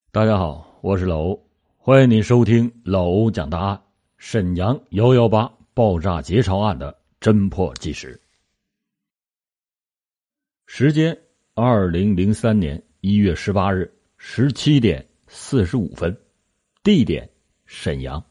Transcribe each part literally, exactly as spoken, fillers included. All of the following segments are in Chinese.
大家好，我是老欧，欢迎您收听老欧讲大案，沈阳一一八爆炸劫钞案的侦破纪实。时间二零零三年一月十八日十七点四十五分，地点沈阳。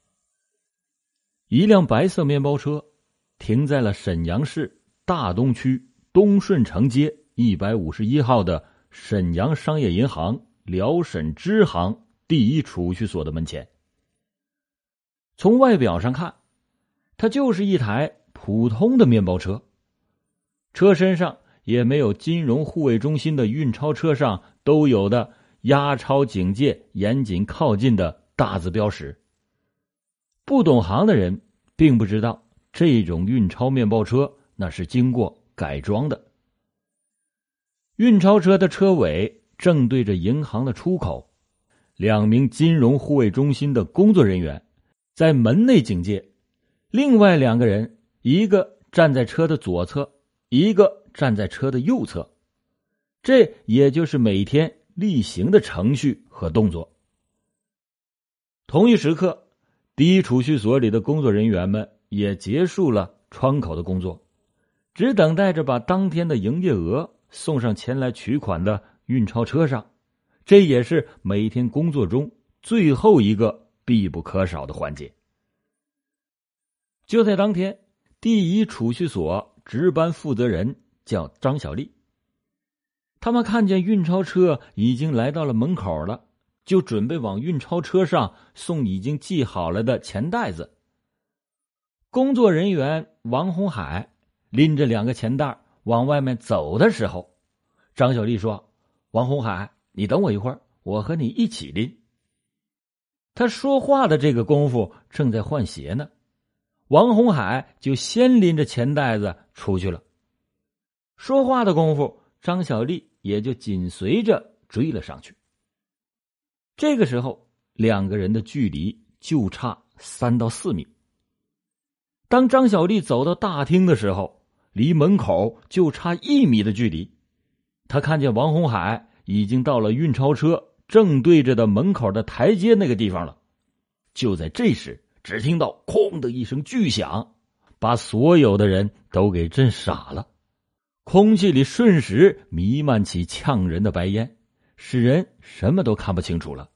一辆白色面包车停在了沈阳市大东区东顺城街一百五十一号的沈阳商业银行辽沈支行第一储蓄所的门前。从外表上看，它就是一台普通的面包车，车身上也没有金融护卫中心的运钞车上都有的押钞警戒严谨靠近的大字标识。不懂行的人并不知道这种运钞面包车那是经过改装的。运钞车的车尾正对着银行的出口，两名金融护卫中心的工作人员在门内警戒，另外两个人一个站在车的左侧，一个站在车的右侧，这也就是每天例行的程序和动作。同一时刻，第一储蓄所里的工作人员们也结束了窗口的工作，只等待着把当天的营业额送上前来取款的运钞车上，这也是每天工作中最后一个必不可少的环节。就在当天，第一储蓄所值班负责人叫张小丽，他们看见运钞车已经来到了门口了，就准备往运钞车上送已经系好了的钱袋子。工作人员王红海拎着两个钱袋往外面走的时候，张小丽说：“王红海，你等我一会儿，我和你一起拎。”他说话的这个功夫正在换鞋呢，王红海就先拎着钱袋子出去了。说话的功夫，张小丽也就紧随着追了上去。这个时候，两个人的距离就差三到四米。当张小丽走到大厅的时候，离门口就差一米的距离。他看见王红海已经到了运钞车正对着的门口的台阶那个地方了。就在这时，只听到哐的一声巨响，把所有的人都给震傻了。空气里瞬时弥漫起呛人的白烟，使人什么都看不清楚了。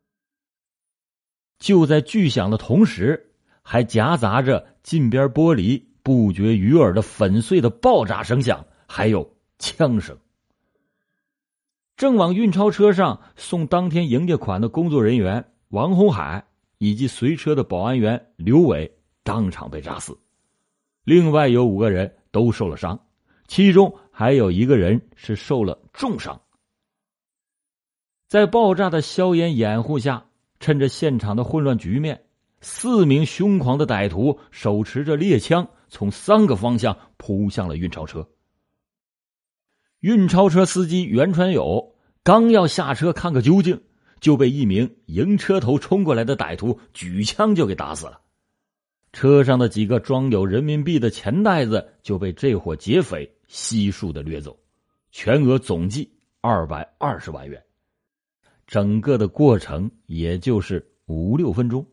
就在巨响的同时，还夹杂着近边玻璃不绝于耳的粉碎的爆炸声响，还有枪声。正往运钞车上送当天营业款的工作人员王红海以及随车的保安员刘伟当场被炸死，另外有五个人都受了伤，其中还有一个人是受了重伤。在爆炸的硝烟掩护下，趁着现场的混乱局面，四名凶狂的歹徒手持着猎枪从三个方向扑向了运钞车。运钞车司机袁传友刚要下车看个究竟，就被一名迎车头冲过来的歹徒举枪就给打死了。车上的几个装有人民币的钱袋子就被这伙劫匪悉数的掠走，全额总计二百二十万元。整个的过程也就是五六分钟。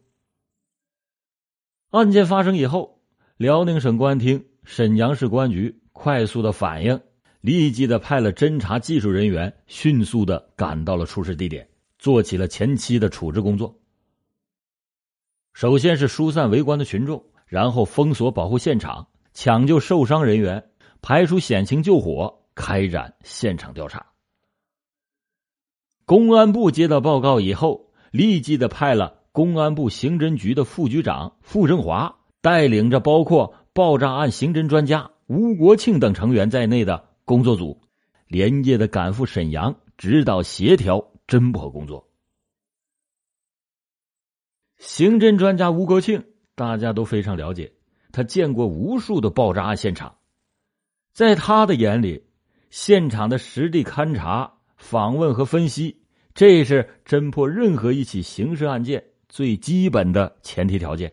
案件发生以后，辽宁省公安厅、沈阳市公安局快速的反应，立即的派了侦查技术人员迅速的赶到了出事地点，做起了前期的处置工作。首先是疏散围观的群众，然后封锁保护现场，抢救受伤人员，排除险情救火，开展现场调查。公安部接到报告以后，立即的派了公安部刑侦局的副局长傅振华，带领着包括爆炸案刑侦专家吴国庆等成员在内的工作组，连夜的赶赴沈阳，指导协调侦破工作。刑侦专家吴国庆大家都非常了解，他见过无数的爆炸案现场，在他的眼里，现场的实地勘查、访问和分析，这是侦破任何一起刑事案件最基本的前提条件。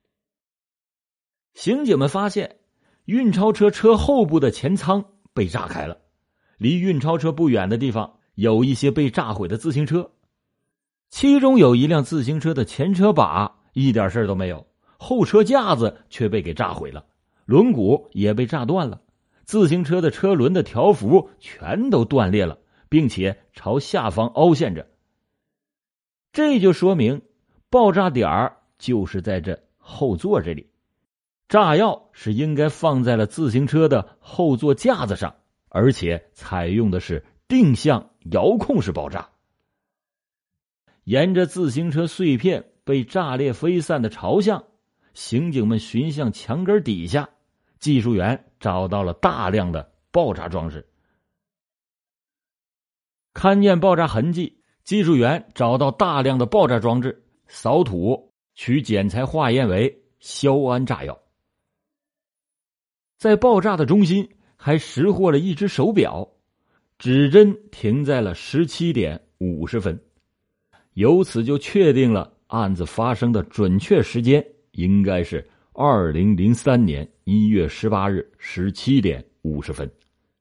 刑警们发现，运钞车车后部的前舱被炸开了，离运钞车不远的地方有一些被炸毁的自行车， 其中有一辆自行车的前车把一点事都没有，后车架子却被给炸毁了，轮毂也被炸断了，自行车的车轮的条幅全都断裂了，并且朝下方凹陷着。这就说明爆炸点儿就是在这后座这里，炸药是应该放在了自行车的后座架子上，而且采用的是定向遥控式爆炸。沿着自行车碎片被炸裂飞散的朝向，刑警们寻向墙根底下，技术员找到了大量的爆炸装置。勘验爆炸痕迹，技术员找到大量的爆炸装置，扫土取检材化验为硝铵炸药。在爆炸的中心还拾获了一只手表，指针停在了十七点五十分，由此就确定了案子发生的准确时间应该是二零零三年一月十八日十七点五十分。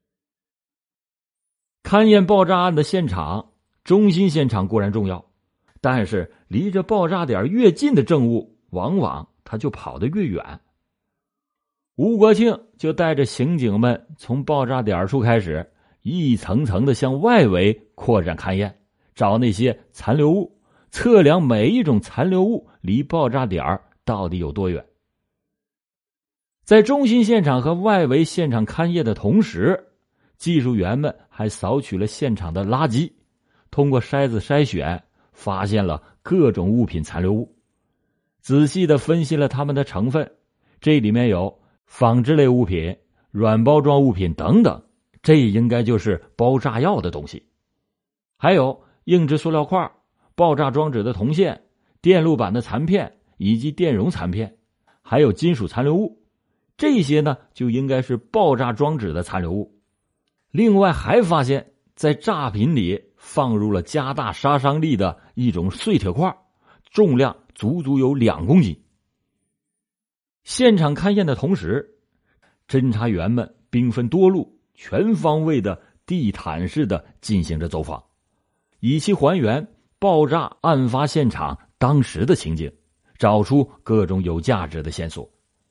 勘验爆炸案的现场，中心现场固然重要，但是离着爆炸点越近的证物，往往它就跑得越远。吴国庆就带着刑警们从爆炸点处开始，一层层的向外围扩展勘验，找那些残留物，测量每一种残留物离爆炸点到底有多远。在中心现场和外围现场勘验的同时，技术员们还扫取了现场的垃圾，通过筛子筛选，发现了各种物品残留物，仔细的分析了它们的成分，这里面有纺织类物品、软包装物品等等，这应该就是包炸药的东西。还有硬质塑料块、爆炸装置的铜线、电路板的残片以及电容残片，还有金属残留物，这些呢就应该是爆炸装置的残留物。另外还发现在炸品里放入了加大杀伤力的一种碎铁块，重量足足有两公斤。现场勘验的同时，侦查员们兵分多路，全方位的地毯式的进行着走访，以期还原爆炸案发现场当时的情景，找出各种有价值的线索。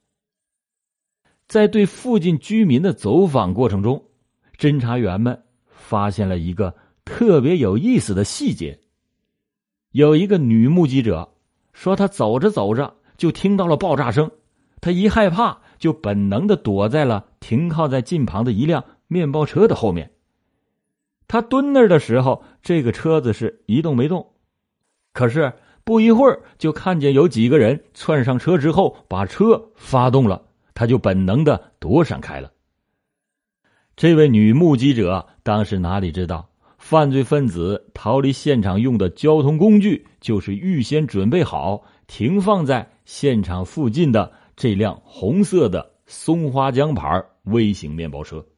在对附近居民的走访过程中，侦查员们发现了一个特别有意思的细节。有一个女目击者说，她走着走着就听到了爆炸声，她一害怕就本能地躲在了停靠在近旁的一辆面包车的后面。她蹲那儿的时候，这个车子是一动没动，可是不一会儿就看见有几个人窜上车之后把车发动了，她就本能地躲闪开了。这位女目击者当时哪里知道，犯罪分子逃离现场用的交通工具就是预先准备好停放在现场附近的这辆红色的松花江牌微型面包车。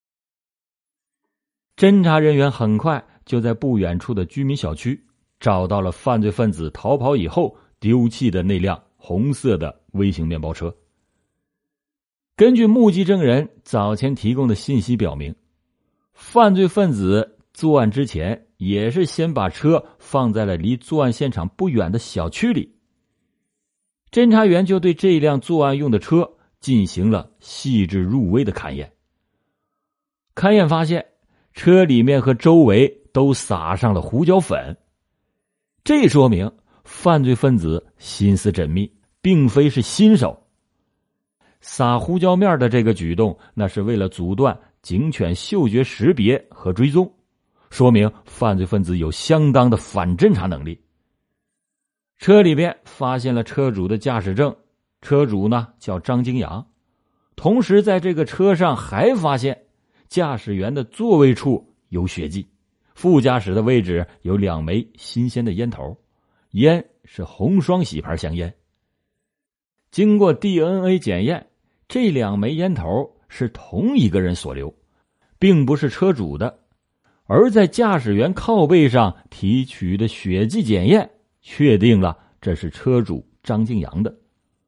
侦查人员很快就在不远处的居民小区找到了犯罪分子逃跑以后丢弃的那辆红色的微型面包车。根据目击证人早前提供的信息表明，犯罪分子作案之前也是先把车放在了离作案现场不远的小区里。侦查员就对这辆作案用的车进行了细致入微的勘验。勘验发现，车里面和周围都撒上了胡椒粉，这说明犯罪分子心思缜密，并非是新手。撒胡椒面的这个举动，那是为了阻断警犬嗅觉识别和追踪，说明犯罪分子有相当的反侦查能力。车里边发现了车主的驾驶证，车主呢叫张金阳。同时在这个车上还发现驾驶员的座位处有血迹，副驾驶的位置有两枚新鲜的烟头，烟是红双喜牌香烟。经过 D N A 检验，这两枚烟头是同一个人所留，并不是车主的。而在驾驶员靠背上提取的血迹检验，确定了这是车主张金阳的。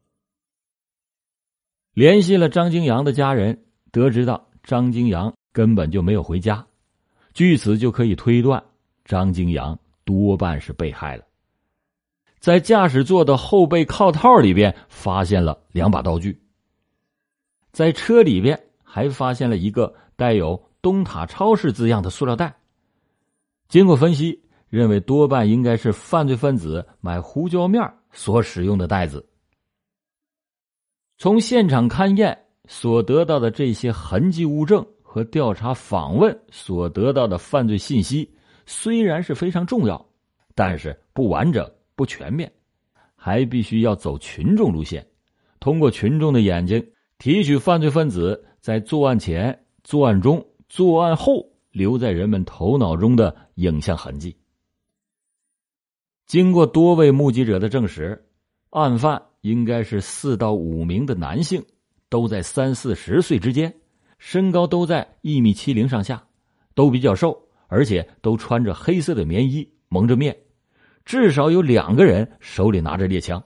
联系了张金阳的家人，得知到张金阳根本就没有回家，据此就可以推断张金阳多半是被害了。在驾驶座的后背靠套里边发现了两把刀具，在车里边还发现了一个带有东塔超市字样的塑料袋。经过分析，认为多半应该是犯罪分子买胡椒面所使用的袋子。从现场勘验所得到的这些痕迹物证和调查访问所得到的犯罪信息，虽然是非常重要，但是不完整不全面，还必须要走群众路线，通过群众的眼睛提取犯罪分子在作案前、作案中、作案后留在人们头脑中的影像痕迹。经过多位目击者的证实，案犯应该是四到五名的男性，都在三四十岁之间，身高都在一米七零上下，都比较瘦，而且都穿着黑色的棉衣，蒙着面，至少有两个人手里拿着猎枪。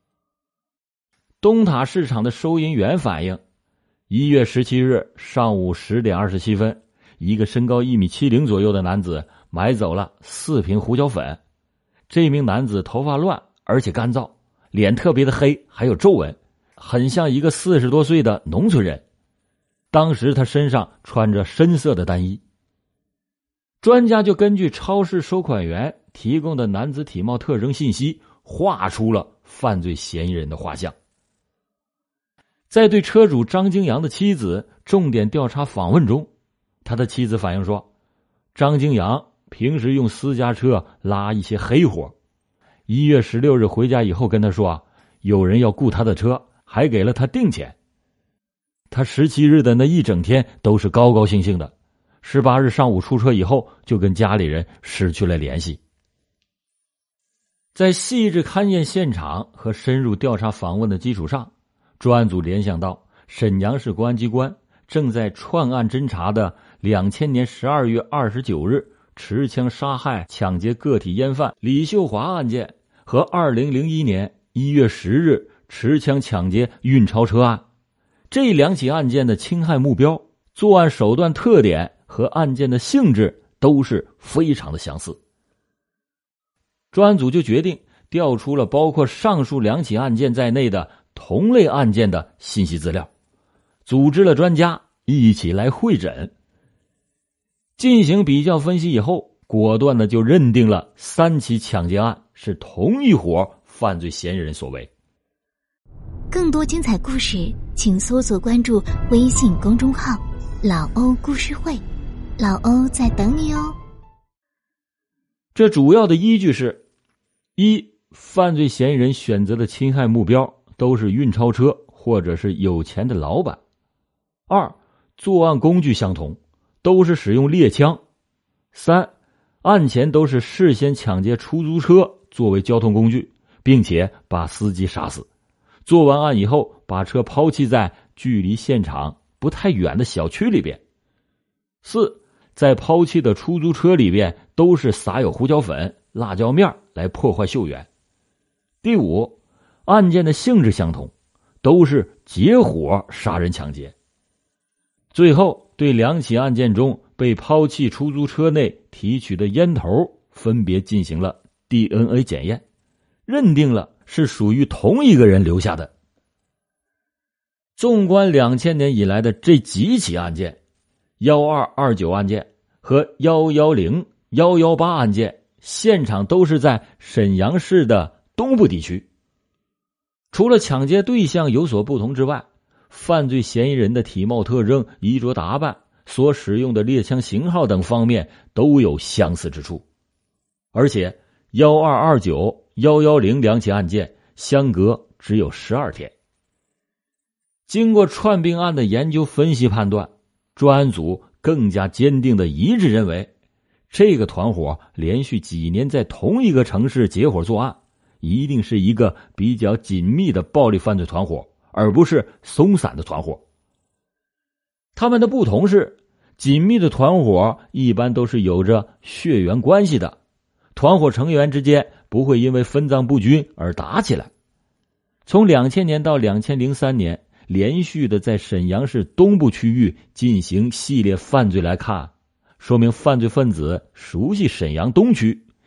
东塔市场的收银员反映，一月十七日上午十点二十七分，一个身高一米七零左右的男子买走了四瓶胡椒粉。这名男子头发乱，而且干燥，脸特别的黑，还有皱纹，很像一个四十多岁的农村人。当时他身上穿着深色的单衣。专家就根据超市收款员提供的男子体貌特征信息，画出了犯罪嫌疑人的画像。在对车主张京阳的妻子重点调查访问中，他的妻子反映说，张京阳平时用私家车拉一些黑活，一月十六日回家以后跟他说啊，有人要雇他的车，还给了他定钱。他十七日的那一整天都是高高兴兴的，十八日上午出车以后就跟家里人失去了联系。在细致勘验现场和深入调查访问的基础上，专案组联想到沈阳市公安机关正在串案侦查的两千年十二月二十九日持枪杀害抢劫个体烟贩李秀华案件和二零零一年一月十日持枪抢劫运钞车案，这两起案件的侵害目标、作案手段特点和案件的性质都是非常的相似。专案组就决定调出了包括上述两起案件在内的同类案件的信息资料，组织了专家一起来会诊。进行比较分析以后，果断的就认定了三起抢劫案是同一伙犯罪嫌疑人所为。 更多精彩故事请搜索关注微信公众号老欧故事会，老欧在等你哦。 这主要的依据是：一、犯罪嫌疑人选择的侵害目标都是运钞车或者是有钱的老板；二、作案工具相同，都是使用猎枪；三、案前都是事先抢劫出租车作为交通工具，并且把司机杀死，做完案以后把车抛弃在距离现场不太远的小区里边；四、在抛弃的出租车里边都是撒有胡椒粉、辣椒面来破坏嗅源；第五，案件的性质相同，都是结伙杀人抢劫。最后对两起案件中被抛弃出租车内提取的烟头分别进行了 D N A 检验，认定了是属于同一个人留下的。纵观两千年以来的这几起案件，一二二九案件和一一零、一一八案件，现场都是在沈阳市的东部地区。除了抢劫对象有所不同之外，犯罪嫌疑人的体貌特征、衣着打扮、所使用的猎枪型号等方面都有相似之处。而且一二二九、一一零两起案件相隔只有十二天。经过串并案的研究分析判断，专案组更加坚定的一致认为，这个团伙连续几年在同一个城市结伙作案，一定是一个比较紧密的暴力犯罪团伙，而不是松散的团伙。他们的不同是，紧密的团伙一般都是有着血缘关系的，团伙成员之间不会因为分赃不均而打起来。从两千年到两千零三年，连续的在沈阳市东部区域进行系列犯罪来看，说明犯罪分子熟悉沈阳东区，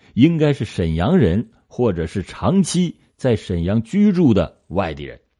应该是沈阳人，或者是长期在沈阳居住的外地人。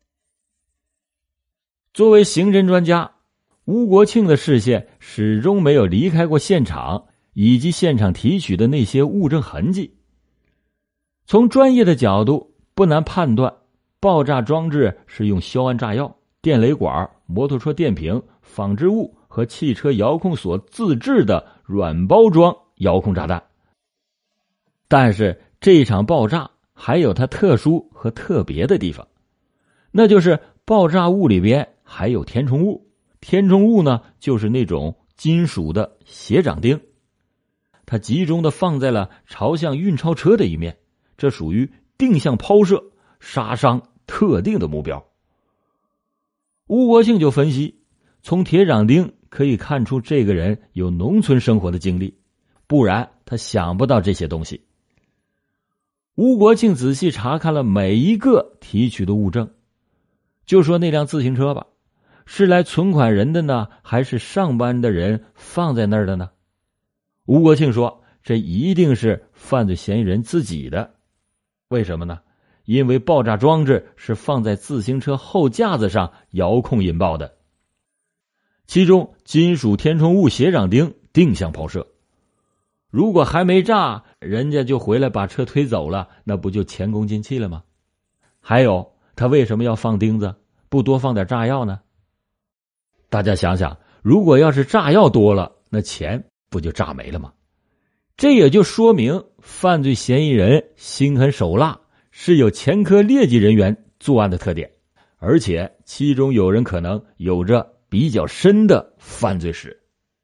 作为刑侦专家，吴国庆的视线始终没有离开过现场以及现场提取的那些物证痕迹。从专业的角度，不难判断，爆炸装置是用硝铵炸药、电雷管、摩托车电瓶、纺织物和汽车遥控锁自制的软包装遥控炸弹。但是这场爆炸还有它特殊和特别的地方，那就是爆炸物里边还有填充物。填充物呢，就是那种金属的斜长钉，它集中的放在了朝向运钞车的一面，这属于定向抛射，杀伤特定的目标。吴国庆就分析，从铁掌钉可以看出这个人有农村生活的经历，不然他想不到这些东西。吴国庆仔细查看了每一个提取的物证，就说那辆自行车吧，是来存款人的呢，还是上班的人放在那儿的呢？吴国庆说，这一定是犯罪嫌疑人自己的。为什么呢？因为爆炸装置是放在自行车后架子上遥控引爆的，其中金属填充物斜长钉定向抛射，如果还没炸，人家就回来把车推走了，那不就前功尽弃了吗？还有，他为什么要放钉子，不多放点炸药呢？大家想想，如果要是炸药多了，那钱不就炸没了吗？这也就说明犯罪嫌疑人心狠手辣，是有前科劣迹人员作案的特点，而且其中有人可能有着比较深的犯罪史。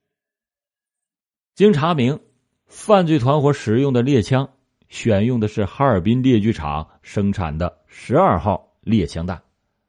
经查明，犯罪团伙使用的猎枪选用的是哈尔滨猎具厂生产的十二号猎枪弹。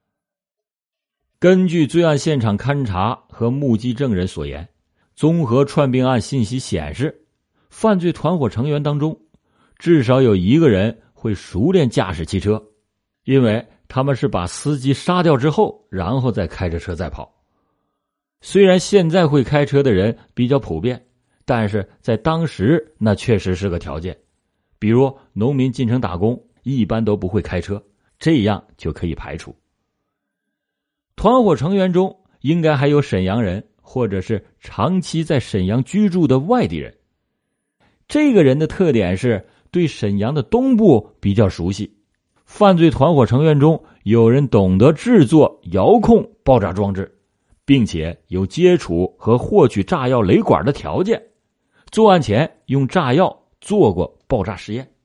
根据罪案现场勘查和目击证人所言，综合串并案信息显示，犯罪团伙成员当中至少有一个人会熟练驾驶汽车，因为他们是把司机杀掉之后，然后再开着车再跑。虽然现在会开车的人比较普遍，但是在当时那确实是个条件。比如农民进城打工，一般都不会开车，这样就可以排除。团伙成员中应该还有沈阳人，或者是长期在沈阳居住的外地人。这个人的特点是对沈阳的东部比较熟悉，犯罪团伙成员中有人懂得制作遥控爆炸装置，并且有接触和获取炸药雷管的条件，作案前用炸药做过爆炸实验。